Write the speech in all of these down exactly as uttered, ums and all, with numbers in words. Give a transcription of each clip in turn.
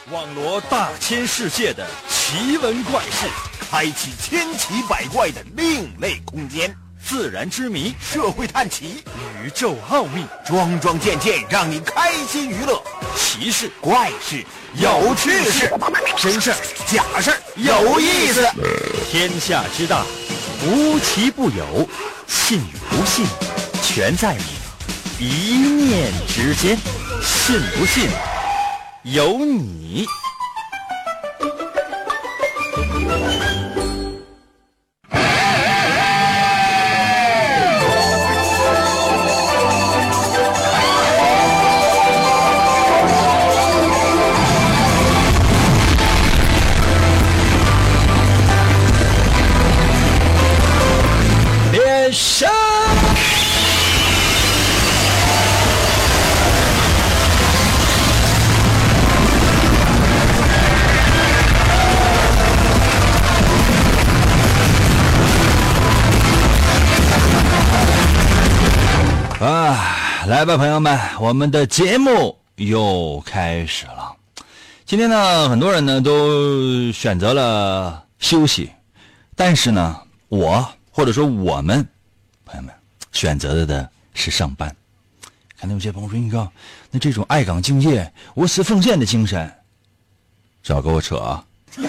网罗大千世界的奇闻怪事，开启千奇百怪的另类空间，自然之谜，社会探奇，宇宙奥秘，桩桩件件让你开心娱乐。奇事怪事有趣事，真事假事有意思。天下之大，无奇不有，信与不信全在你一念之间。信不信由你。连胜啊，来吧，朋友们，我们的节目又开始了。今天呢，很多人呢都选择了休息，但是呢，我或者说我们朋友们选择的是上班。看到有些朋友说，你看，那这种爱岗敬业、无私奉献的精神，少跟我扯啊！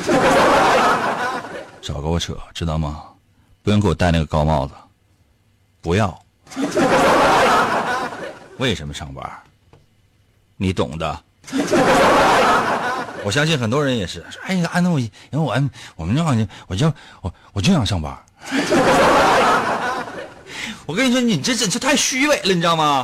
少跟我扯，知道吗？不用给我戴那个高帽子，不要。为什么上班？你懂的。我相信很多人也是。哎呀，那我因为我我们就我就我我就想上班。我跟你说，你这这这太虚伪了，你知道吗？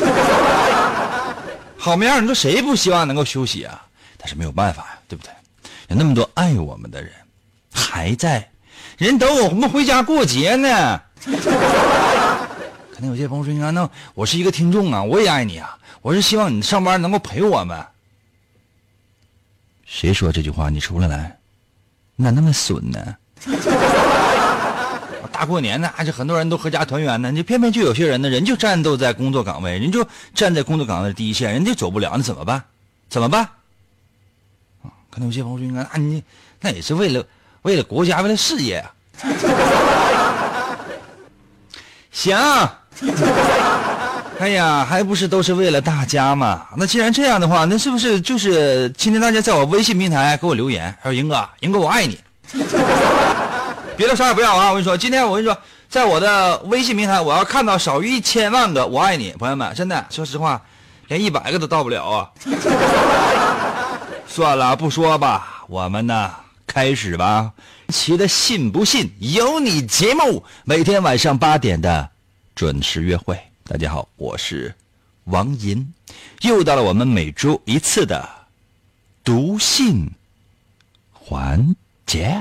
好面儿，你说谁不希望能够休息啊？但是没有办法呀，对不对？有那么多爱我们的人还在，人等我们回家过节呢。可能有些朋友说，你看，那我是一个听众啊，我也爱你啊，我是希望你上班能够陪我们。谁说这句话？你出来来，你咋那么损呢？大过年的，还是很多人都合家团圆呢，你偏偏就有些人呢，人就战斗在工作岗位，人就站在工作岗位的第一线，人家走不了，那怎么办？怎么办？可能有些朋友说，你看，那你那也是为了为了国家，为了事业啊。行。哎呀，还不是都是为了大家嘛？那既然这样的话，那是不是就是今天大家在我微信平台给我留言，还有英哥，英哥我爱你。别的啥也不要啊！我跟你说，今天我跟你说，在我的微信平台，我要看到少于一千万个我爱你，朋友们，真的，说实话，连一百个都到不了啊。算了，不说吧，我们呢开始吧。奇的信不信由你节目，每天晚上八点的准时约会。大家好，我是王银，又到了我们每周一次的读信环节。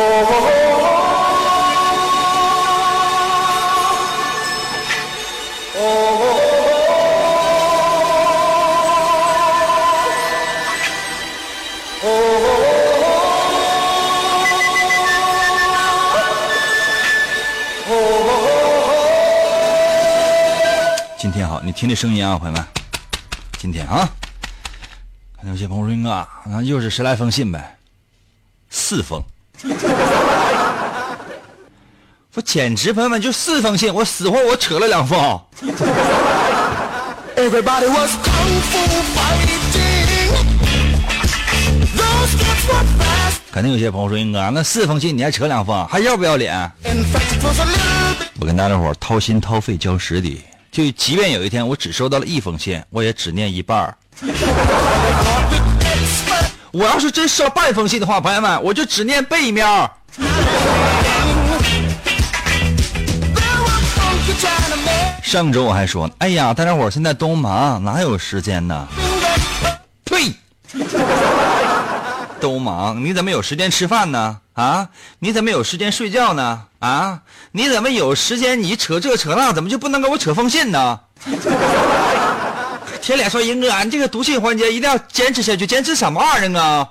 今天好，你听这声音啊，朋友们，今天啊，可能有些朋友说啊，那又是十来封信呗，四封，我简直朋友们就四封信，我死活我扯了两封。Everybody was kung fu fighting. Those kids were fast. 肯定有些朋友说，英哥，那四封信你还扯两封，还要不要脸？我跟大家伙掏心掏肺交实底。就即便有一天我只收到了一封信，我也只念一半。我要是真收到半封信的话，朋友们，我就只念背面。上周我还说，哎呀，大家伙现在都忙，哪有时间呢？呸！都忙，你怎么有时间吃饭呢？啊，你怎么有时间睡觉呢？啊，你怎么有时间你扯这扯那，怎么就不能给我扯封信呢？铁脸说，英哥，你这个读信环节一定要坚持下去，坚持什么玩意儿啊？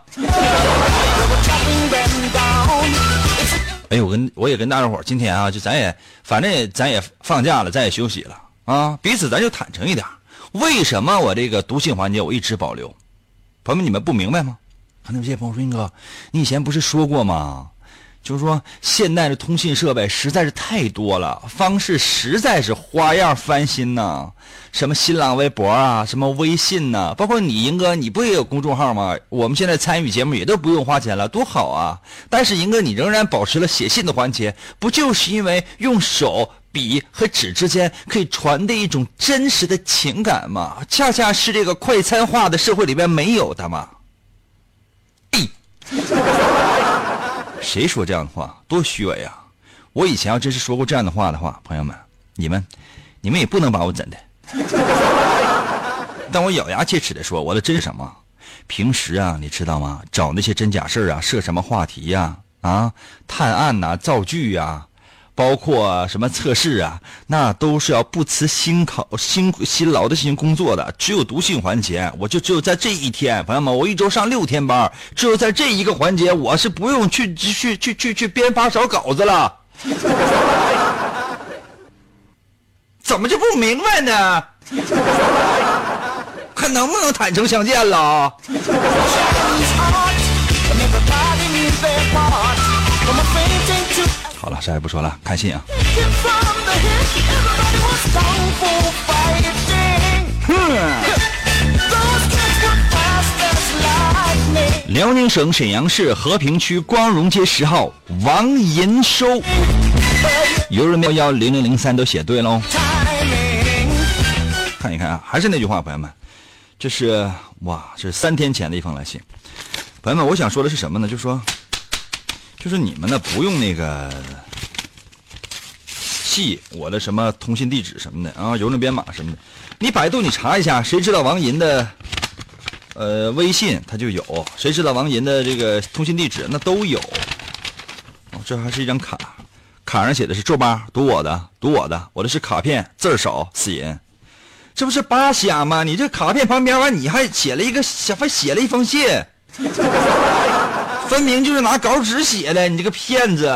哎，我跟我也跟大家伙今天啊，就咱也反正也咱也放假了，咱也休息了啊，彼此咱就坦诚一点。为什么我这个读信环节我一直保留？朋友们，你们不明白吗？ 可能有些朋友说，英哥，你以前不是说过吗？就是说现代的通信设备实在是太多了，方式实在是花样翻新呐，什么新浪微博啊，什么微信呐，包括你英哥你不也有公众号吗？我们现在参与节目也都不用花钱了，多好啊。但是英哥你仍然保持了写信的环节，不就是因为用手笔和纸之间可以传递一种真实的情感吗？恰恰是这个快餐化的社会里边没有的吗？谁说这样的话？多虚伪啊！我以前要真是说过这样的话的话，朋友们，你们，你们也不能把我怎的。但我咬牙切齿的说，我的真什么？平时啊，你知道吗？找那些真假事啊，设什么话题呀、啊？啊，探案呐、啊，造句啊，包括什么测试啊，那都是要不辞辛考、辛辛劳的进行工作的。只有读信环节，我就只有在这一天，朋友们，我一周上六天班，只有在这一个环节，我是不用去去去去去编发小稿子了。怎么就不明白呢？看能不能坦诚相见了。好了，啥也不说了，看信啊。辽宁省沈阳市和平区光荣街十号王银收，邮人标幺零零零三都写对喽。看一看啊，还是那句话，朋友们，这是哇，这是三天前的一封来信。朋友们，我想说的是什么呢？就是说。就是你们呢不用那个记我的什么通信地址什么的啊，邮政编码什么的，你百度你查一下，谁知道王银的呃微信它就有，谁知道王银的这个通信地址那都有。哦，这还是一张卡，卡上写的是周八，读我的，读我的，我的是卡片，字少，死人。这不是扒瞎吗？你这卡片旁边完你还写了一个，还写了一封信。分明就是拿稿纸写的，你这个骗子！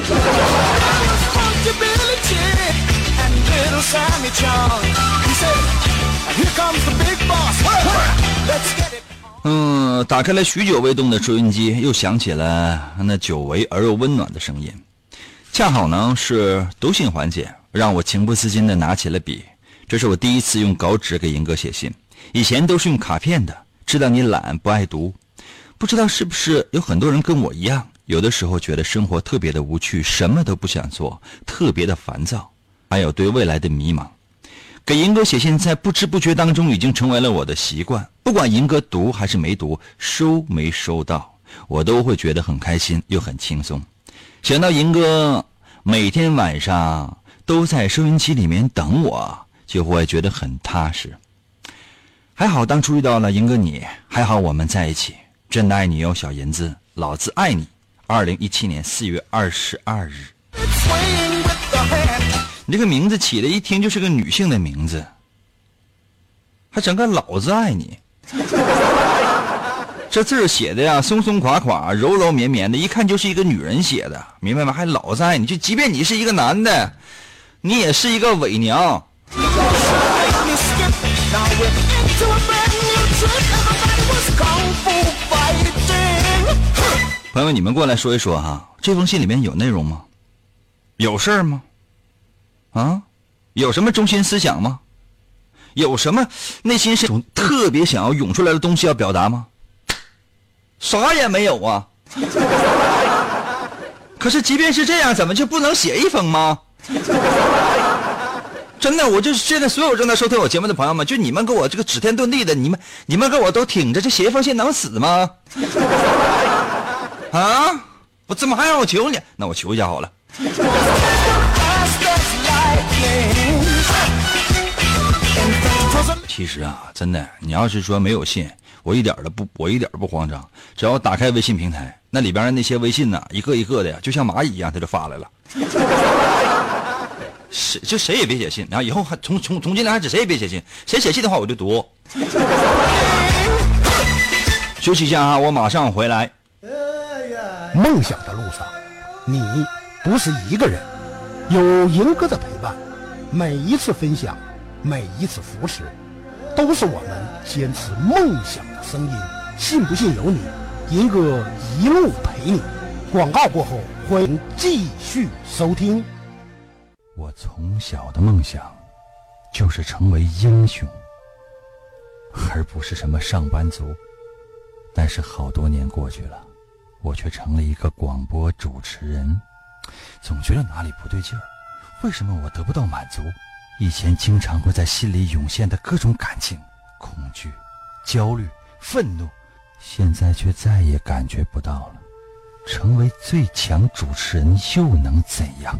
嗯，打开了许久未动的收音机，又响起了那久违而又温暖的声音。恰好呢是读信环节，让我情不自禁地拿起了笔。这是我第一次用稿纸给银哥写信，以前都是用卡片的。知道你懒不爱读。不知道是不是有很多人跟我一样，有的时候觉得生活特别的无趣，什么都不想做，特别的烦躁，还有对未来的迷茫。给银哥写信在不知不觉当中已经成为了我的习惯，不管银哥读还是没读，收没收到，我都会觉得很开心又很轻松。想到银哥每天晚上都在收音机里面等我，就会觉得很踏实。还好当初遇到了银哥你，还好我们在一起。真的爱你哟，小银子，老子爱你。二零一七年四月二十二日，你这个名字起的一听就是个女性的名字，还整个老子爱你。这字写的呀，松松垮垮，柔柔绵绵的，一看就是一个女人写的，明白吗？还老子爱你，就即便你是一个男的，你也是一个伪娘。朋友们，你们过来说一说哈，这封信里面有内容吗？有事儿吗？啊，有什么中心思想吗？有什么内心是种特别想要涌出来的东西要表达吗？啥也没有啊。可是即便是这样，怎么就不能写一封吗？真的，我就是现在所有正在收听我节目的朋友们，就你们给我这个指天遁地的，你们你们给我都挺着，这写一封信能死吗？啊，我怎么还让我求你？那我求一下好了。其实啊，真的，你要是说没有信，我一点都不，我一点都不慌张。只要打开微信平台，那里边的那些微信呢，一个一个的，就像蚂蚁一样，他就发来了。谁就谁也别写信，然后以后还从从从今天开始谁也别写信，谁写信的话我就读。休息一下啊，我马上回来。 梦想的路上，你不是一个人，有银哥的陪伴，每一次分享，每一次扶持，都是我们坚持梦想的声音。信不信由你， 银哥一路陪你。广告过后，欢迎继续收听。 我从小的梦想就是成为英雄，而不是什么上班族。但是好多年过去了，我却成了一个广播主持人，总觉得哪里不对劲儿。为什么我得不到满足？以前经常会在心里涌现的各种感情，恐惧、焦虑、愤怒，现在却再也感觉不到了。成为最强主持人又能怎样？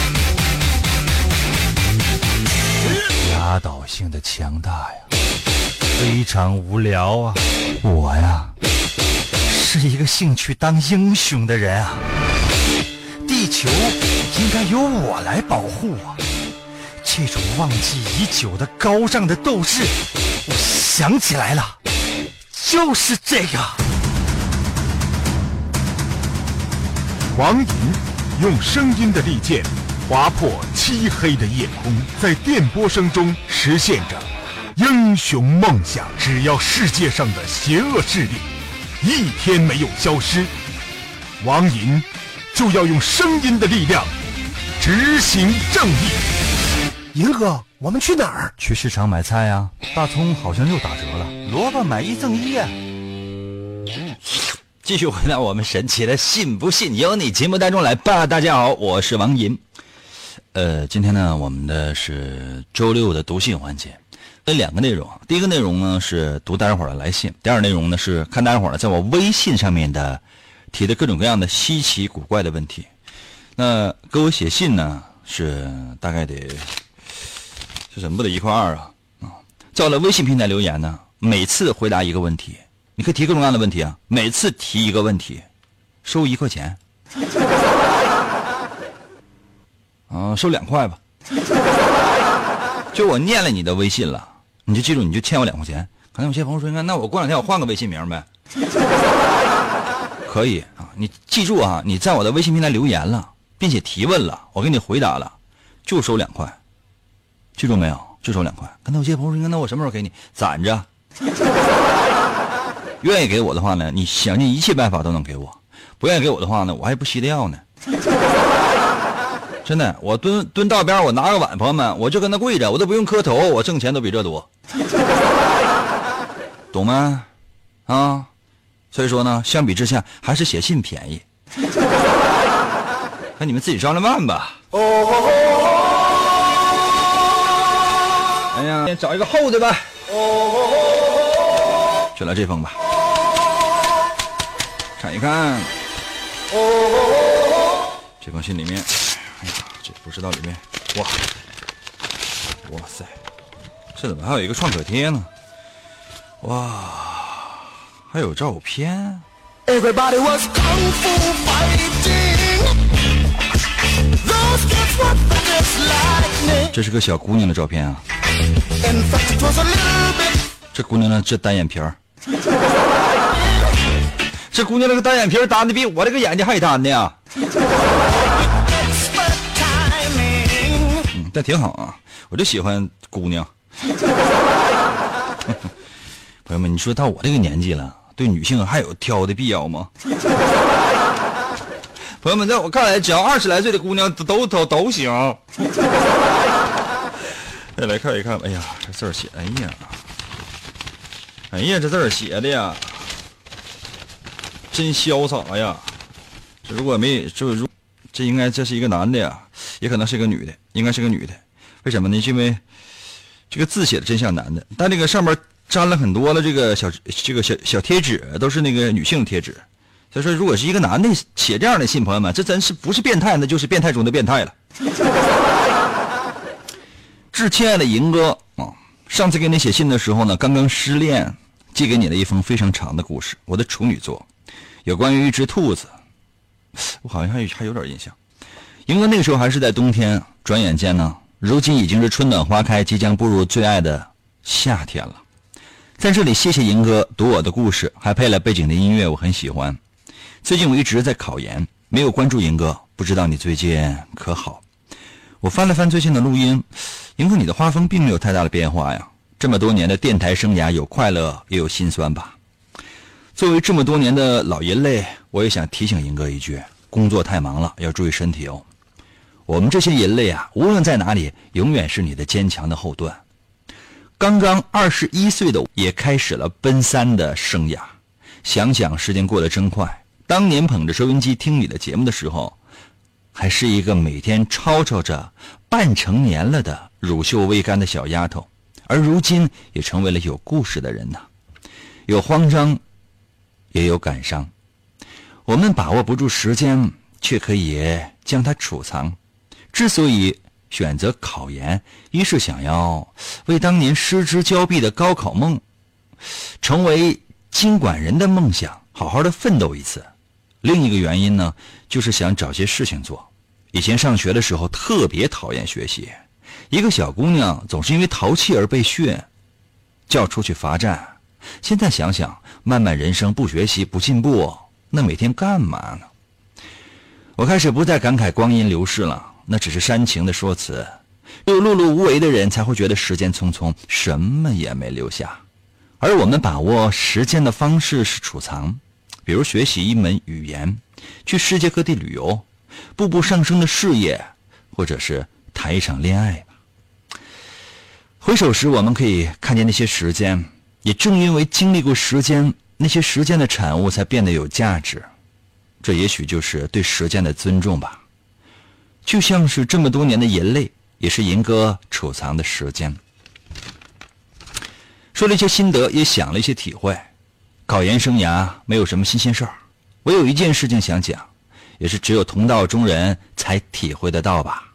压倒性的强大呀，非常无聊啊！我呀，是一个兴趣当英雄的人啊！地球应该由我来保护啊！这种忘记已久的高涨的斗志，我想起来了，就是这个。 王银用声音的利剑划破漆黑的夜空，在电波声中实现着英雄梦想。只要世界上的邪恶势力一天没有消失，王银就要用声音的力量执行正义。 银哥，我们去哪儿？ 去市场买菜啊，大葱好像又打折了，萝卜买一赠一啊。继续回到我们神奇的信不信由你节目当中来吧。大家好，我是王银。呃，今天呢，我们的是周六的读信环节，分两个内容。第一个内容呢是读大家伙的来信，第二内容呢是看大家伙在我微信上面的提的各种各样的稀奇古怪的问题。那给我写信呢是大概得是什么不得一块二啊啊！在我的微信平台留言呢，每次回答一个问题。你可以提各种各样的问题啊，每次提一个问题，收一块钱，啊，收两块吧。就我念了你的微信了，你就记住，你就欠我两块钱。可能有些朋友说，那我过两天我换个微信名呗，可以啊。你记住啊，你在我的微信平台留言了，并且提问了，我给你回答了，就收两块，记住没有？就收两块。可能有些朋友说，那我什么时候给你？攒着。愿意给我的话呢，你想尽一切办法都能给我；不愿意给我的话呢，我还不稀得要呢。真的，我蹲蹲道边，我拿个碗，朋友们，我就跟他跪着，我都不用磕头，我挣钱都比这多，懂吗？啊，所以说呢，相比之下，还是写信便宜。那你们自己商量办吧。哎呀，找一个厚的吧。就来这封吧。看一看，这封信里面，哎呀，这不知道里面，哇，哇塞，这怎么还有一个创可贴呢？哇，还有照片。Everybody was kung fu fighting. Those kids were fast as lightning. 这是个小姑娘的照片啊。In fact, it was a little bit. 这姑娘呢，这单眼皮儿。这姑娘那个单眼皮单的比我这个眼睛还单的呀。嗯，但挺好啊，我就喜欢姑娘。朋友们，你说到我这个年纪了，对女性还有挑的必要吗？朋友们，在我看来，只要二十来岁的姑娘都都都行。再来看一看，哎呀，这字儿写，哎呀，哎呀，这字儿写的呀。真潇洒呀！这如果没这如这应该这是一个男的呀，也可能是一个女的，应该是个女的。为什么呢？因为这个字写的真像男的，但这个上面粘了很多的这个小这个小小贴纸，都是那个女性贴纸。所以说，如果是一个男的写这样的信，朋友们，这真是不是变态呢，就是变态中的变态了。致亲爱的银哥啊，上次给你写信的时候呢，刚刚失恋，寄给你了一封非常长的故事，我的处女作。有关于一只兔子，我好像还还有点印象。银哥那个时候还是在冬天，转眼间呢，如今已经是春暖花开，即将步入最爱的夏天了。在这里谢谢银哥读我的故事，还配了背景的音乐，我很喜欢。最近我一直在考研，没有关注银哥，不知道你最近可好？我翻了翻最近的录音，银哥你的画风并没有太大的变化呀。这么多年的电台生涯，有快乐也有心酸吧。 作为这么多年的老银类，我也想提醒银哥一句，工作太忙了，要注意身体哦。我们这些银类啊，无论在哪里，永远是你的坚强的后盾。刚刚二十一岁的我也开始了奔三的生涯，想想时间过得真快。当年捧着收音机听你的节目的时候，还是一个每天吵吵着半成年了的乳臭未干的小丫头，而如今也成为了有故事的人呢。有慌张，也有感伤。我们把握不住时间，却可以将它储藏。之所以选择考研，一是想要为当年失之交臂的高考梦，成为经管人的梦想好好的奋斗一次。另一个原因呢，就是想找些事情做。以前上学的时候特别讨厌学习，一个小姑娘总是因为淘气而被训，叫出去罚站。现在想想，漫漫人生不学习不进步，那每天干嘛呢？我开始不再感慨光阴流逝了，那只是煽情的说辞。只有碌碌无为的人才会觉得时间匆匆，什么也没留下。而我们把握时间的方式是储藏，比如学习一门语言，去世界各地旅游，步步上升的事业，或者是谈一场恋爱吧。回首时，我们可以看见那些时间，也正因为经历过时间，那些时间的产物才变得有价值。这也许就是对时间的尊重吧。就像是这么多年的银泪，也是银哥储藏的时间。说了一些心得，也想了一些体会。考研生涯没有什么新鲜事儿，我有一件事情想讲，也是只有同道中人才体会得到吧。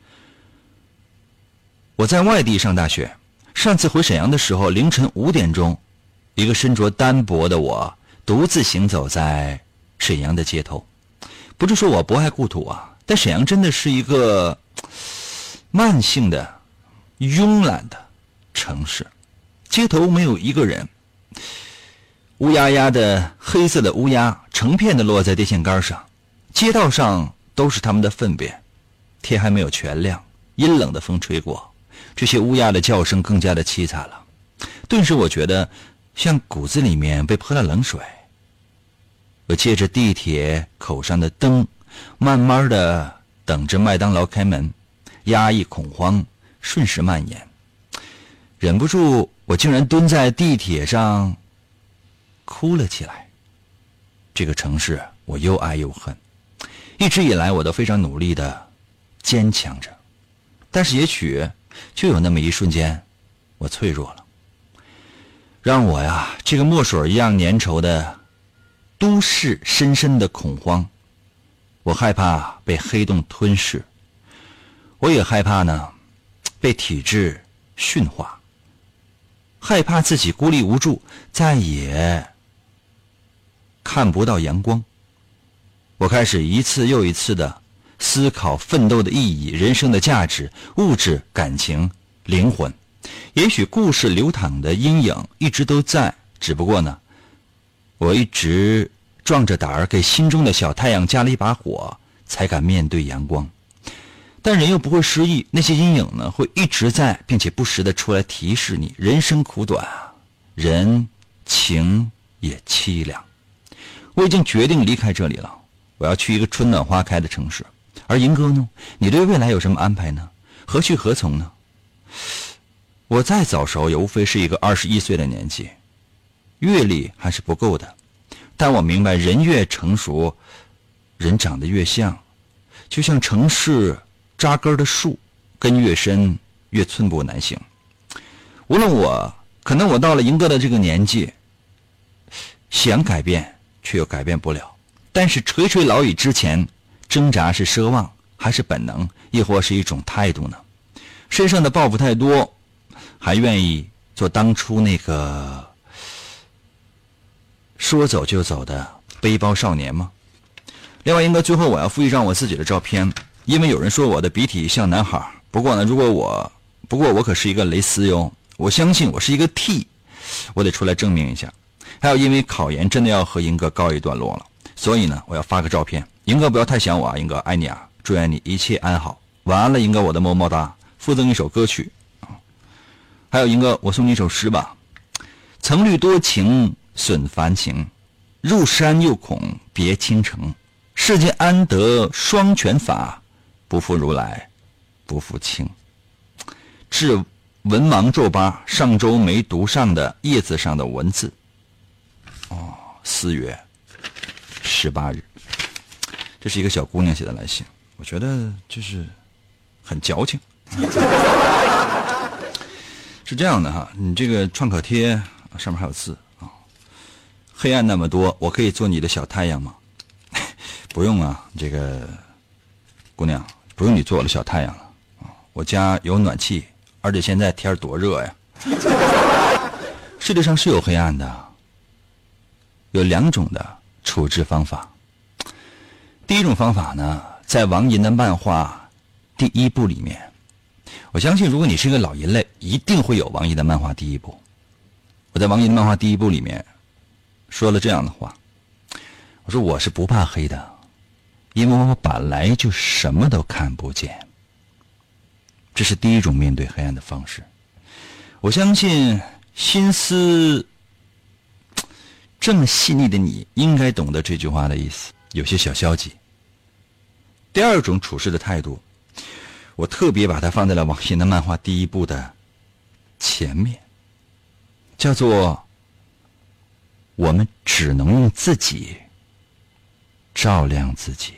我在外地上大学，上次回沈阳的时候，凌晨五点钟，一个身着单薄的我独自行走在沈阳的街头。不是说我不爱故土啊，但沈阳真的是一个慢性的慵懒的城市，街头没有一个人，乌压压的黑色的乌鸦成片的落在电线杆上，街道上都是他们的粪便。天还没有全亮，阴冷的风吹过，这些乌鸦的叫声更加的凄惨了。顿时我觉得像骨子里面被泼了冷水。我借着地铁口上的灯，慢慢的等着麦当劳开门，压抑恐慌瞬时蔓延。忍不住，我竟然蹲在地铁上哭了起来。这个城市我又爱又恨，一直以来我都非常努力的坚强着，但是也许就有那么一瞬间我脆弱了，让我呀这个墨水一样粘稠的都市深深的恐慌。我害怕被黑洞吞噬，我也害怕呢被体制驯化，害怕自己孤立无助，再也看不到阳光。我开始一次又一次的思考奋斗的意义、人生的价值、物质、感情、灵魂。也许故事流淌的阴影一直都在，只不过呢我一直壮着胆儿给心中的小太阳加了一把火，才敢面对阳光。但人又不会失忆，那些阴影呢会一直在，并且不时的出来提示你，人生苦短，人情也凄凉。我已经决定离开这里了，我要去一个春暖花开的城市。而银哥呢，你对未来有什么安排呢？何去何从呢？我再早熟也无非是一个二十一岁的年纪，阅历还是不够的。但我明白，人越成熟，人长得越像，就像城市扎根的树，根越深，越寸步难行。无论我，可能我到了银哥的这个年纪，想改变却又改变不了。但是垂垂老矣之前，挣扎是奢望，还是本能，亦或是一种态度呢？身上的抱负太多，还愿意做当初那个说走就走的背包少年吗？另外，应该最后我要附一张我自己的照片，因为有人说我的笔体像男孩。不过呢，如果我不过我可是一个蕾丝哟，我相信我是一个 T， 我得出来证明一下。还有，因为考研真的要和银哥告一段落了，所以呢，我要发个照片。银哥不要太想我啊，银哥爱你啊，祝愿你一切安好。晚安了，银哥，我的么么哒。附赠一首歌曲。还有银哥，我送你一首诗吧。曾虑多情损凡情， 入山又恐别倾城，世间安得双全法？不负如来不负卿。致文盲皱巴，上周没读上的叶子上的文字。哦，四月十八日，这是一个小姑娘写的来信，我觉得就是很矫情。是这样的哈，你这个创可贴上面还有字啊。黑暗那么多，我可以做你的小太阳吗？不用啊，这个姑娘不用你做我的小太阳了啊，我家有暖气，而且现在天多热呀。世界上是有黑暗的，有两种的处置方法。第一种方法呢，在王寅的漫画第一部里面，我相信如果你是一个老银类，一定会有王寅的漫画第一部。我在王寅的漫画第一部里面说了这样的话，我说我是不怕黑的，因为我本来就什么都看不见。这是第一种面对黑暗的方式。我相信心思这么细腻的你应该懂得这句话的意思，有些小消极。第二种处事的态度，我特别把它放在了王寅的漫画第一部的前面，叫做我们只能用自己照亮自己。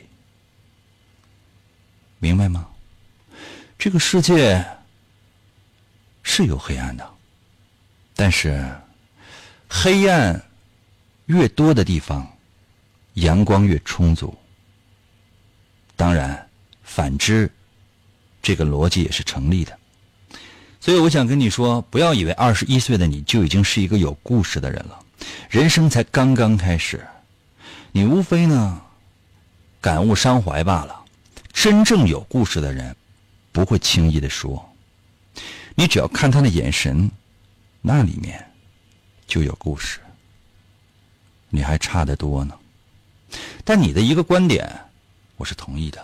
明白吗？这个世界是有黑暗的，但是黑暗越多的地方，阳光越充足。当然反之，这个逻辑也是成立的。所以我想跟你说，不要以为二十一岁的你就已经是一个有故事的人了，人生才刚刚开始，你无非呢感悟伤怀罢了。真正有故事的人不会轻易的说，你只要看他的眼神，那里面就有故事。你还差得多呢。但你的一个观点我是同意的。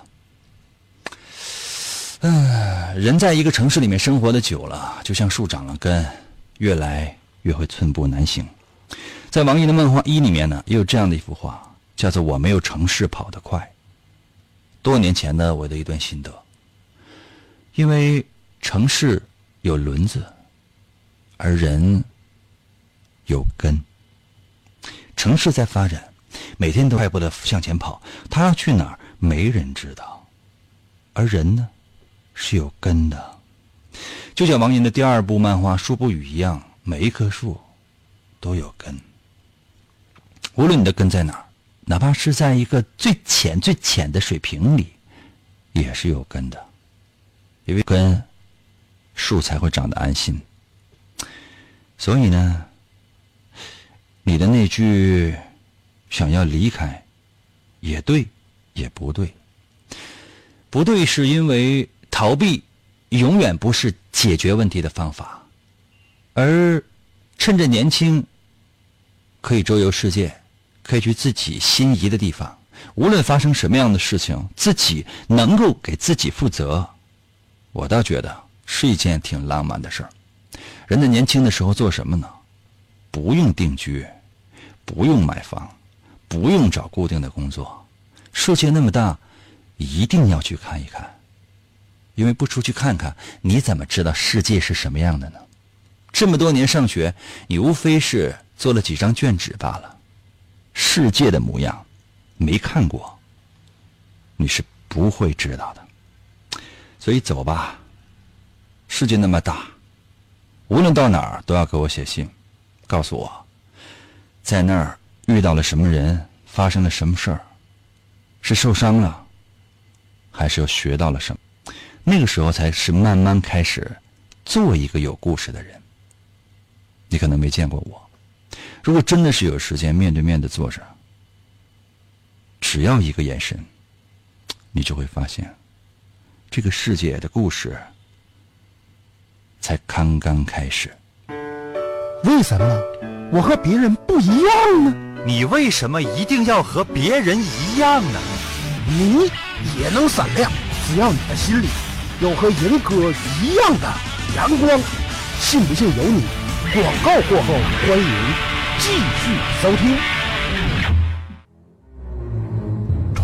嗯，人在一个城市里面生活的久了，就像树长了根，越来越会寸步难行。在王寅的漫画一里面呢，也有这样的一幅画，叫做我没有城市跑得快。多年前的我的一段心得，因为城市有轮子，而人有根。城市在发展，每天都快步的向前跑，他要去哪儿没人知道，而人呢是有根的。就像王寅的第二部漫画《树不语》一样，每一棵树都有根。无论你的根在哪儿，哪怕是在一个最浅最浅的水瓶里，也是有根的。因为根，树才会长得安心。所以呢，你的那句想要离开也对也不对。不对是因为逃避永远不是解决问题的方法，而趁着年轻可以周游世界，可以去自己心仪的地方，无论发生什么样的事情，自己能够给自己负责，我倒觉得是一件挺浪漫的事儿。人在年轻的时候做什么呢？不用定居，不用买房，不用找固定的工作。世界那么大，一定要去看一看。因为不出去看看，你怎么知道世界是什么样的呢？这么多年上学，你无非是做了几张卷纸罢了。世界的模样没看过，你是不会知道的。所以走吧，世界那么大，无论到哪儿都要给我写信，告诉我在那儿遇到了什么人，发生了什么事儿，是受伤了还是又学到了什么。那个时候才是慢慢开始做一个有故事的人。你可能没见过我，如果真的是有时间面对面的坐着，只要一个眼神，你就会发现这个世界的故事才刚刚开始。 为什么我和别人不一样呢？ 你为什么一定要和别人一样呢？ 你也能闪亮，只要你的心里有和银哥一样的阳光。信不信由你。广告过后，欢迎继续收听。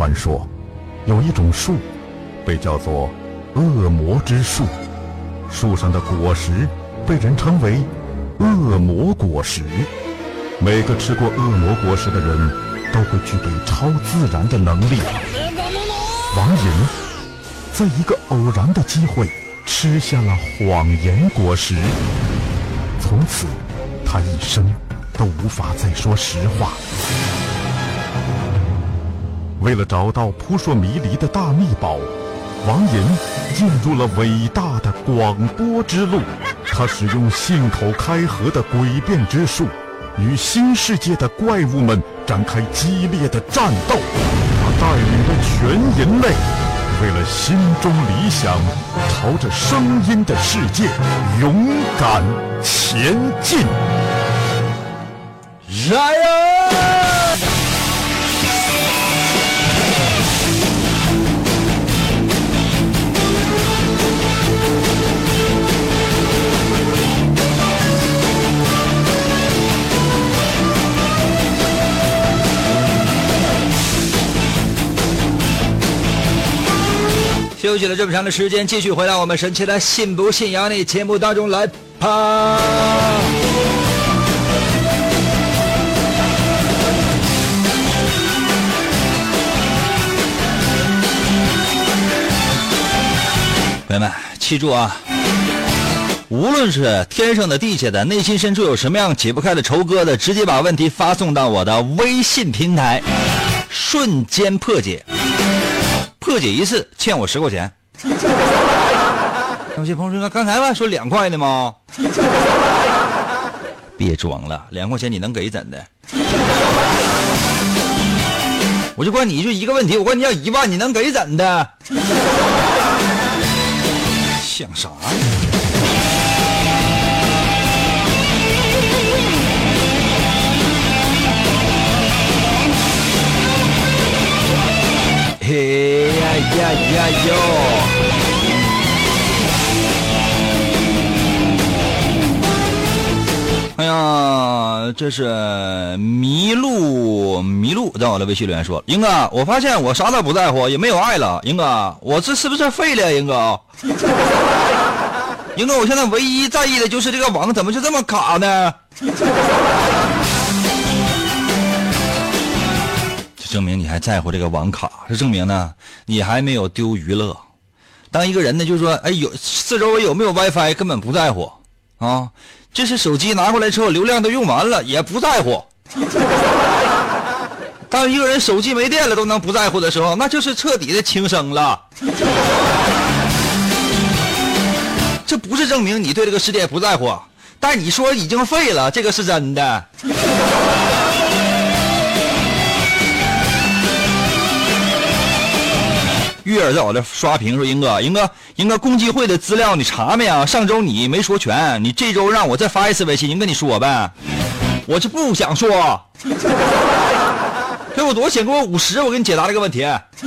传说，有一种树被叫做恶魔之树，树上的果实被人称为恶魔果实。每个吃过恶魔果实的人都会具备超自然的能力。王寅在一个偶然的机会吃下了谎言果实，从此他一生都无法再说实话。为了找到扑朔迷离的大秘宝，王寅进入了伟大的广播之路。他使用信口开河的诡辩之术，与新世界的怪物们展开激烈的战斗。他带领着全人类，为了心中理想，朝着声音的世界勇敢前进。 来呀！休息了这么长的时间，继续回到我们神奇的信不信由你节目当中来吧。朋友们，记住啊，无论是天上的地下的，内心深处有什么样解不开的愁疙瘩，直接把问题发送到我的微信平台，瞬间破解。破解一次欠我十块钱。有些朋友说刚才吧说两块的吗？别装了，两块钱你能给怎的？我就管你就一个问题，我管你要一万，你能给怎的？想啥呀？嘿呀呀呀哟！哎呀，这是麋鹿麋鹿在我的微信留言说：“英哥，我发现我啥都不在乎，也没有爱了。英哥，我这是不是废了？英哥，英哥，我现在唯一在意的就是这个网怎么就这么卡呢？”证明你还在乎这个网卡，这证明呢你还没有丢娱乐。当一个人呢就是说，哎，有四周围有没有 WiFi 根本不在乎啊，这是手机拿回来之后流量都用完了也不在乎。当一个人手机没电了都能不在乎的时候，那就是彻底的轻生了。这不是证明你对这个世界不在乎，但你说已经废了，这个是真的。月儿在我这刷屏说：“英哥，英哥，英哥，共济会的资料你查没啊？上周你没说全，你这周让我再发一次微信，英哥你说呗。我就不想说，给我多少钱？给我五十，我给你解答这个问题。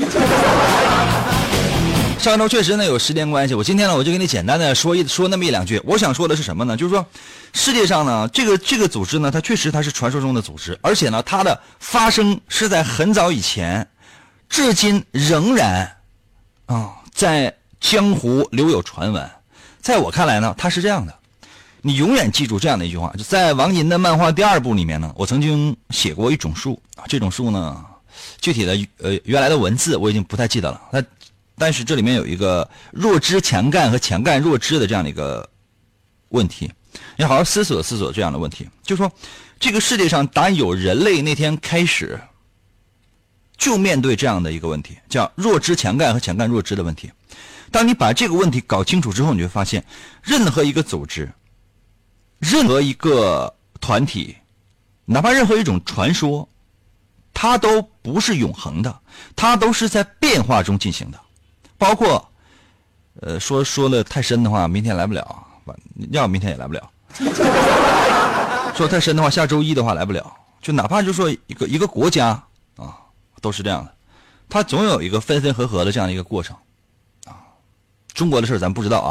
上周确实呢有时间关系，我今天呢我就给你简单的说一说那么一两句。我想说的是什么呢？就是说，世界上呢这个这个组织呢，它确实它是传说中的组织，而且呢它的发生是在很早以前，至今仍然。”啊、哦，在江湖留有传闻。在我看来呢，它是这样的，你永远记住这样的一句话，就在王寅的漫画第二部里面呢，我曾经写过一种树啊，这种树呢，具体的呃原来的文字我已经不太记得了，它但是这里面有一个弱枝强干和强干弱枝的这样的一个问题，你好好思索思索这样的问题，就是说这个世界上打有人类那天开始。就面对这样的一个问题，叫弱枝强干和强干弱枝的问题。当你把这个问题搞清楚之后，你会发现，任何一个组织，任何一个团体，哪怕任何一种传说，它都不是永恒的，它都是在变化中进行的。包括，呃，说说的太深的话，明天来不了，要明天也来不了。说太深的话，下周一的话来不了。就哪怕就说一个一个国家啊。都是这样的，它总有一个分分合合的这样的一个过程，啊，中国的事咱不知道啊，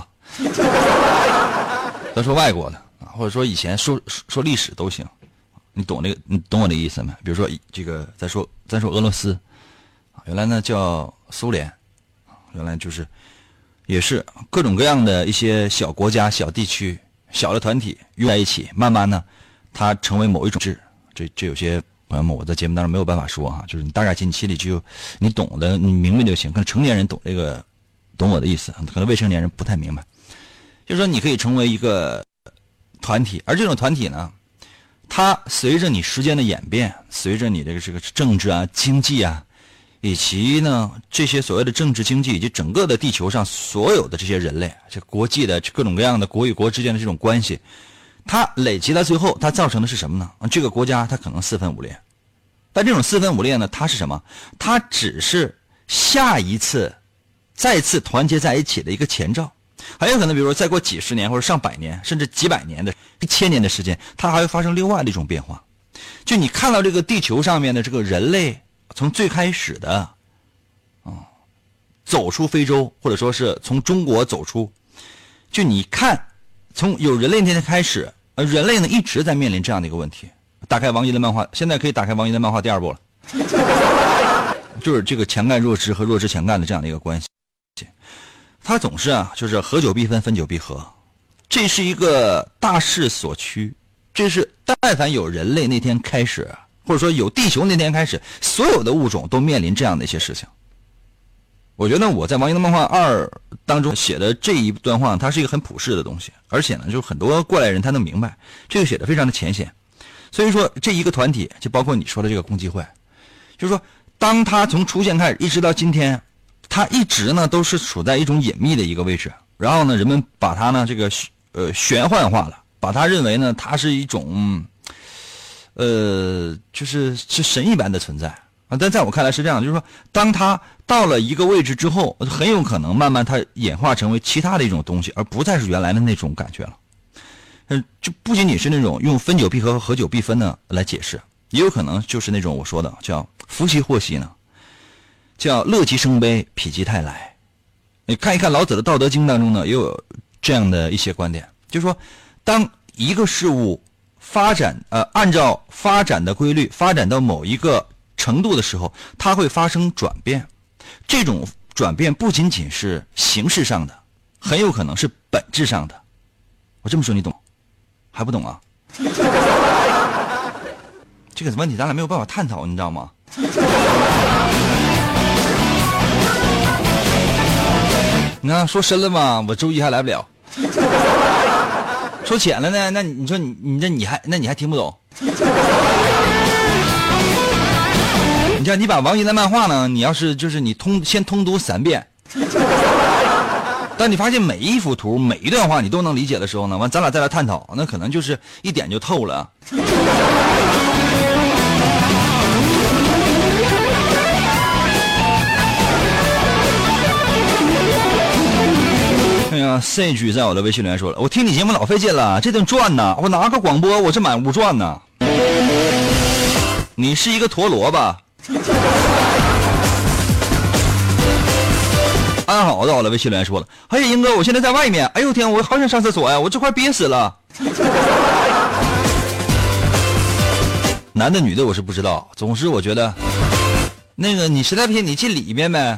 咱说外国的啊，或者说以前说说历史都行，你懂这个，你懂我的意思没？比如说这个，再说咱说俄罗斯，啊， 原来呢叫苏联，原来就是也是各种各样的一些小国家、小地区、小的团体用在一起，慢慢呢它成为某一种制。这这有些朋友们我在节目当中没有办法说哈，就是你大概心里就你懂的，你明白就行。可能成年人懂这个，懂我的意思，可能未成年人不太明白。就是说你可以成为一个团体，而这种团体呢，它随着你时间的演变，随着你这个这个政治啊、经济啊，以及呢这些所谓的政治经济以及整个的地球上所有的这些人类，这国际的各种各样的国与国之间的这种关系，它累积到最后，它造成的是什么呢？这个国家它可能四分五裂，但这种四分五裂呢，它是什么？它只是下一次再次团结在一起的一个前兆。很有可能比如说再过几十年或者上百年甚至几百年的一千年的时间，它还会发生另外的一种变化。就你看到这个地球上面的这个人类从最开始的啊、嗯、走出非洲，或者说是从中国走出，就你看从有人类那天开始，呃人类呢一直在面临这样的一个问题。打开王一的漫画，现在可以打开王一的漫画第二部了，就是这个强干弱枝和弱枝强干的这样的一个关系。它总是啊，就是合久必分，分久必合，这是一个大势所趋。这是但凡有人类那天开始，或者说有地球那天开始，所有的物种都面临这样的一些事情。我觉得我在王一的漫画二当中写的这一段话，它是一个很普世的东西，而且呢，就很多过来人他能明白，这个写的非常的浅显。所以说，这一个团体，就包括你说的这个共济会，就是说，当它从出现开始，一直到今天，它一直呢都是处在一种隐秘的一个位置。然后呢，人们把它呢这个呃玄幻化了，把它认为呢它是一种呃就是是神一般的存在啊。但在我看来是这样，就是说，当它到了一个位置之后，很有可能慢慢它演化成为其他的一种东西，而不再是原来的那种感觉了。嗯，就不仅仅是那种用分久必合和合久必分呢来解释，也有可能就是那种我说的叫福兮祸兮呢，叫乐极生悲，否极泰来。你看一看老子的《道德经》当中呢，也有这样的一些观点，就是说，当一个事物发展呃按照发展的规律发展到某一个程度的时候，它会发生转变。这种转变不仅仅是形式上的，很有可能是本质上的。我这么说你懂？还不懂啊？这个问题咱俩没有办法探讨，你知道吗？你看说深了嘛，我周一还来不了；说浅了呢，那你说你你这你还那你还听不懂？你像你把王一的漫画呢，你要是就是你通先通读三遍，当你发现每一幅图每一段话你都能理解的时候呢，完咱俩再来探讨，那可能就是一点就透了。哎呀 ，Sage 在我的微信里面说了，我听你节目老费劲了，这顿转呢，我拿个广播我是满屋转呢。你是一个陀螺吧？安好在我的微信里面说了，哎呀，英哥，我现在在外面，哎呦天，我好想上厕所呀，我这快憋死了。男的女的我是不知道，总之我觉得，那个你实在不行你进里面呗。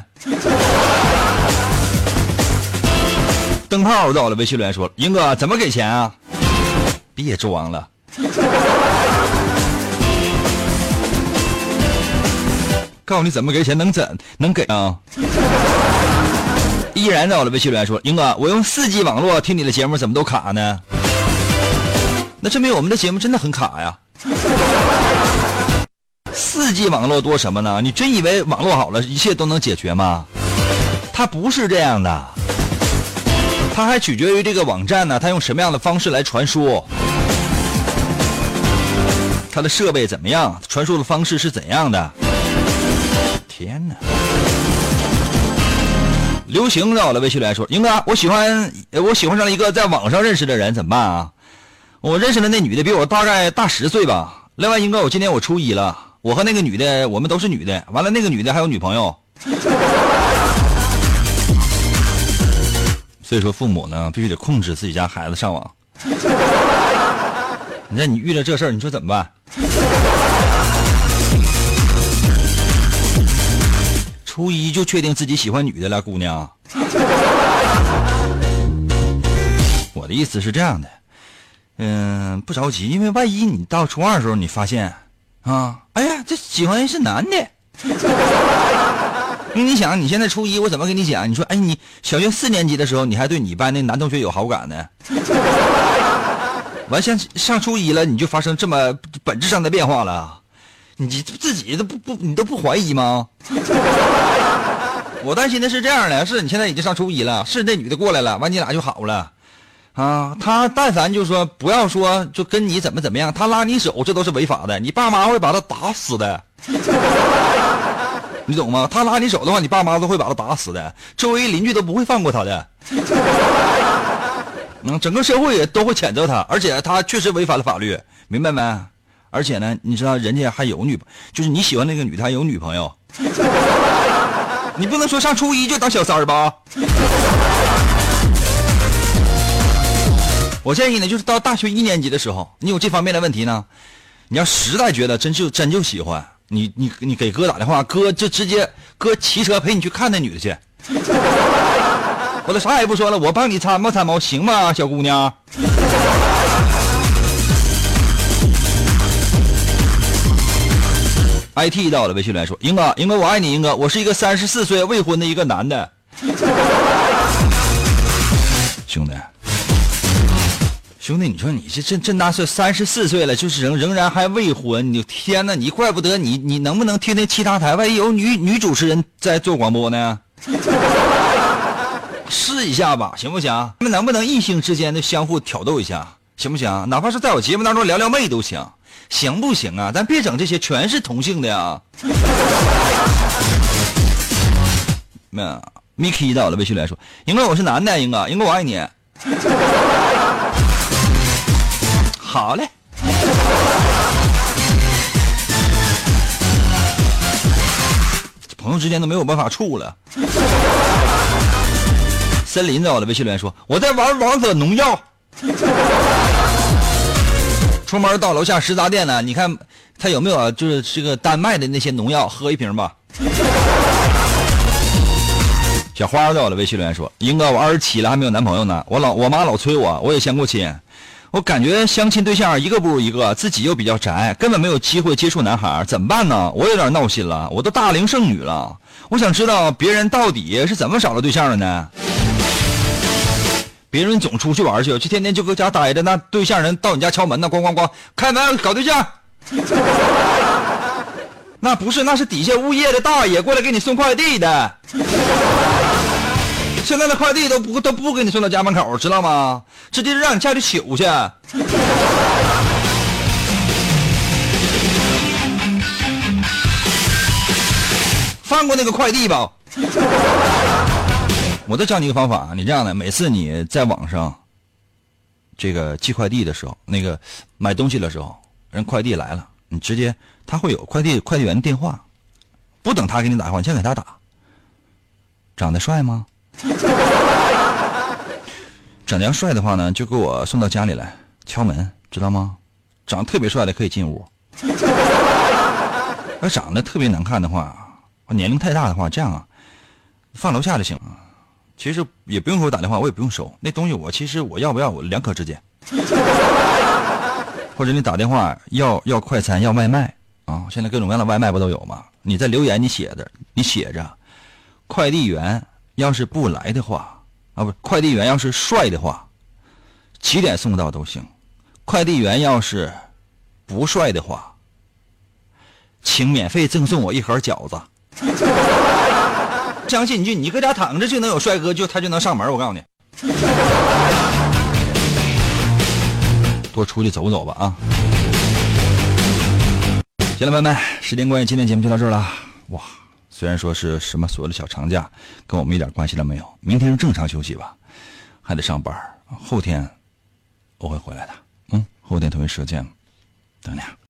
灯泡在我的微信里面说了，英哥怎么给钱啊？别装了。告诉你怎么给钱，能怎能给啊？依然在我的微信里面说，英哥，我用四 G 网络听你的节目怎么都卡呢？那证明我们的节目真的很卡呀。四 G 网络多什么呢？你真以为网络好了一切都能解决吗？它不是这样的，它还取决于这个网站呢，它用什么样的方式来传输，它的设备怎么样，传输的方式是怎样的。天哪！流行在我的微信里来说，英哥，我喜欢我喜欢上了一个在网上认识的人，怎么办啊？我认识的那女的比我大概大十岁吧。另外，英哥，我今年我初一了，我和那个女的，我们都是女的。完了，那个女的还有女朋友。所以说，父母呢必须得控制自己家孩子上网。你说你遇到这事儿，你说怎么办？ 初一就确定自己喜欢女的了，姑娘。我的意思是这样的，嗯，不着急，因为万一你到初二的时候你发现啊，哎呀，这喜欢的是男的。因为你想，你现在初一，我怎么跟你讲？你说，哎，你小学四年级的时候，你还对你班那男同学有好感呢。完，像上初一了，你就发生这么本质上的变化了，你自己都不不，你都不怀疑吗？我担心的是这样的，是你现在已经上初一了，是那女的过来了，完你俩就好了，啊，他但凡就说不要说就跟你怎么怎么样，他拉你手这都是违法的，你爸妈会把他打死的。你懂吗？他拉你手的话，你爸妈都会把他打死的，周围邻居都不会放过他的。嗯，整个社会也都会谴责他，而且他确实违反了法律，明白没？而且呢，你知道人家还有女，就是你喜欢那个女的还有女朋友，你不能说上初一就当小三儿吧？我建议呢，就是到大学一年级的时候，你有这方面的问题呢，你要实在觉得真就真就喜欢你，你你给哥打电话，哥就直接哥骑车陪你去看那女的去。我都啥也不说了，我帮你参谋参谋，行吗，小姑娘？I T 到了，微信来说，英哥，英哥我爱你，英哥，我是一个三十四岁未婚的一个男的。兄弟，兄弟，你说你这这这大岁三十四岁了，就是仍仍然还未婚，你天哪，你怪不得你你能不能听听其他台万一有女女主持人在做广播呢？试一下吧，行不行？他们能不能异性之间的相互挑逗一下，行不行？哪怕是在我节目当中聊聊妹都行，行不行啊？咱别整这些全是同性的呀。那 Miki 到了，微信来说，英哥我是男的，英哥，英哥我爱你。好嘞。朋友之间都没有办法处了。森林到了，微信留言说我在玩王者农药。出门到楼下食杂店呢，你看他有没有就是这个丹麦的那些农药，喝一瓶吧。小花到了，微信留言说英哥我二十七了还没有男朋友呢，我老我妈老催我，我也相过亲，我感觉相亲对象一个不如一个，自己又比较宅，根本没有机会接触男孩，怎么办呢？我有点闹心了，我都大龄剩女了，我想知道别人到底是怎么找到对象的呢？别人总出去玩去，就天天就搁家待着，那对象人到你家敲门呢，咣咣咣开门搞对象。那不是，那是底下物业的大爷过来给你送快递的。现在的快递都不都不给你送到家门口，知道吗？直接让你下去取去。放过那个快递吧。我再教你一个方法，你这样的，每次你在网上这个寄快递的时候，那个买东西的时候，人快递来了，你直接他会有快递快递员的电话，不等他给你打电话，你先给他打。长得帅吗？长得要帅的话呢，就给我送到家里来敲门，知道吗？长得特别帅的可以进屋。要长得特别难看的话，年龄太大的话，这样啊，放楼下就行了。其实也不用给我打电话，我也不用收那东西，我其实我要不要我两可之间。或者你打电话要要快餐要外卖啊，现在各种各样的外卖不都有吗？你在留言你写着你写着快递员要是不来的话啊，不，快递员要是帅的话，几点送到都行。快递员要是不帅的话，请免费赠送我一盒饺子。相信你，你搁家躺着就能有帅哥，就他就能上门。我告诉你，多出去走走吧啊！行了，朋友们，时间关系，今天节目就到这儿了。哇，虽然说是什么所谓的小长假，跟我们一点关系都没有。明天是正常休息吧，还得上班。后天我会回来的，嗯，后天同一时间见，等你啊。